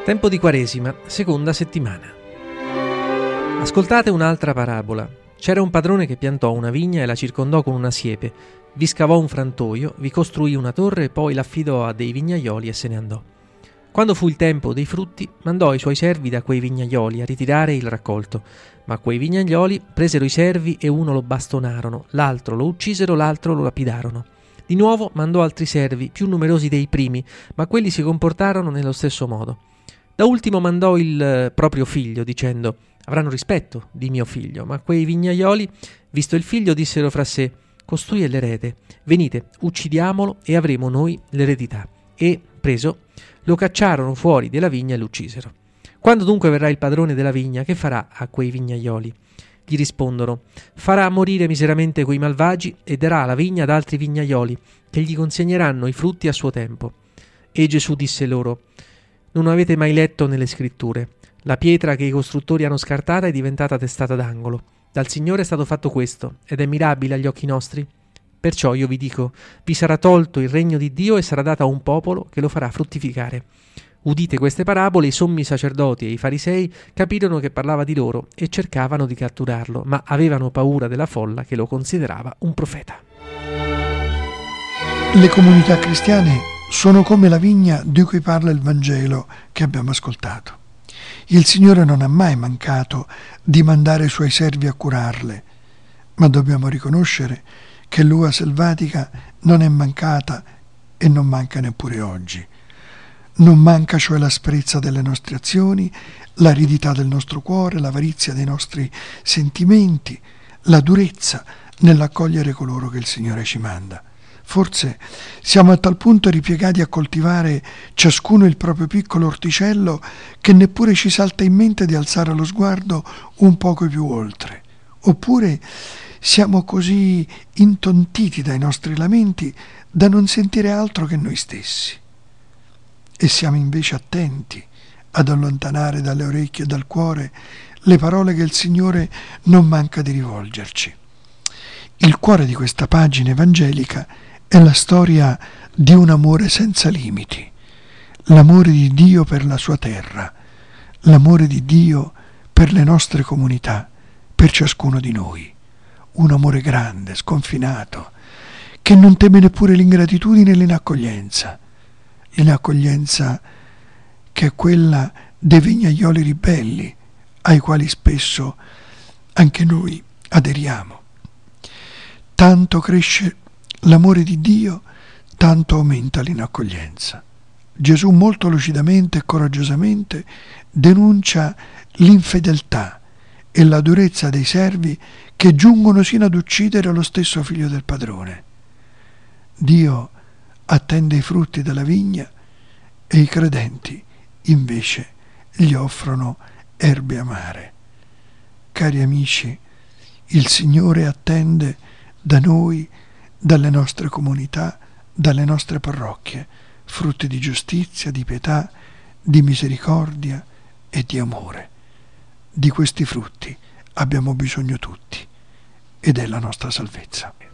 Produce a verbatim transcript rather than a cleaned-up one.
Tempo di Quaresima, seconda settimana. Ascoltate un'altra parabola. C'era un padrone che piantò una vigna e la circondò con una siepe, vi scavò un frantoio, vi costruì una torre e poi l'affidò a dei vignaioli e se ne andò. Quando fu il tempo dei frutti, mandò i suoi servi da quei vignaioli a ritirare il raccolto, ma quei vignaioli presero i servi e uno lo bastonarono, l'altro lo uccisero, l'altro lo lapidarono. Di nuovo mandò altri servi, più numerosi dei primi, ma quelli si comportarono nello stesso modo. Da ultimo mandò il proprio figlio, dicendo: avranno rispetto di mio figlio. Ma quei vignaioli, visto il figlio, dissero fra sé: costui è l'erede, venite, uccidiamolo e avremo noi l'eredità. E, preso, lo cacciarono fuori della vigna e lo uccisero. Quando dunque verrà il padrone della vigna, che farà a quei vignaioli? Gli rispondono: farà morire miseramente quei malvagi e darà la vigna ad altri vignaioli, che gli consegneranno i frutti a suo tempo. E Gesù disse loro: non avete mai letto nelle scritture: la pietra che i costruttori hanno scartata è diventata testata d'angolo. Dal Signore è stato fatto questo, ed è mirabile agli occhi nostri? Perciò io vi dico, vi sarà tolto il regno di Dio e sarà dato a un popolo che lo farà fruttificare. Udite queste parabole, i sommi sacerdoti e i farisei capirono che parlava di loro e cercavano di catturarlo, ma avevano paura della folla che lo considerava un profeta. Le comunità cristiane sono come la vigna di cui parla il Vangelo che abbiamo ascoltato. Il Signore non ha mai mancato di mandare i suoi servi a curarle, ma dobbiamo riconoscere che l'uva selvatica non è mancata e non manca neppure oggi. Non manca cioè l'asprezza delle nostre azioni, l'aridità del nostro cuore, l'avarizia dei nostri sentimenti, la durezza nell'accogliere coloro che il Signore ci manda. Forse siamo a tal punto ripiegati a coltivare ciascuno il proprio piccolo orticello che neppure ci salta in mente di alzare lo sguardo un poco più oltre. Oppure siamo così intontiti dai nostri lamenti da non sentire altro che noi stessi. E siamo invece attenti ad allontanare dalle orecchie e dal cuore le parole che il Signore non manca di rivolgerci. Il cuore di questa pagina evangelica è la storia di un amore senza limiti, l'amore di Dio per la sua terra, l'amore di Dio per le nostre comunità, per ciascuno di noi. Un amore grande, sconfinato, che non teme neppure l'ingratitudine e l'inaccoglienza. L'inaccoglienza che è quella dei vignaioli ribelli, ai quali spesso anche noi aderiamo. Tanto cresce l'amore di Dio, tanto aumenta l'inaccoglienza. Gesù molto lucidamente e coraggiosamente denuncia l'infedeltà e la durezza dei servi che giungono sino ad uccidere lo stesso figlio del padrone. Dio attende i frutti della vigna e i credenti invece gli offrono erbe amare. Cari amici, il Signore attende da noi, dalle nostre comunità, dalle nostre parrocchie, frutti di giustizia, di pietà, di misericordia e di amore. Di questi frutti abbiamo bisogno tutti ed è la nostra salvezza.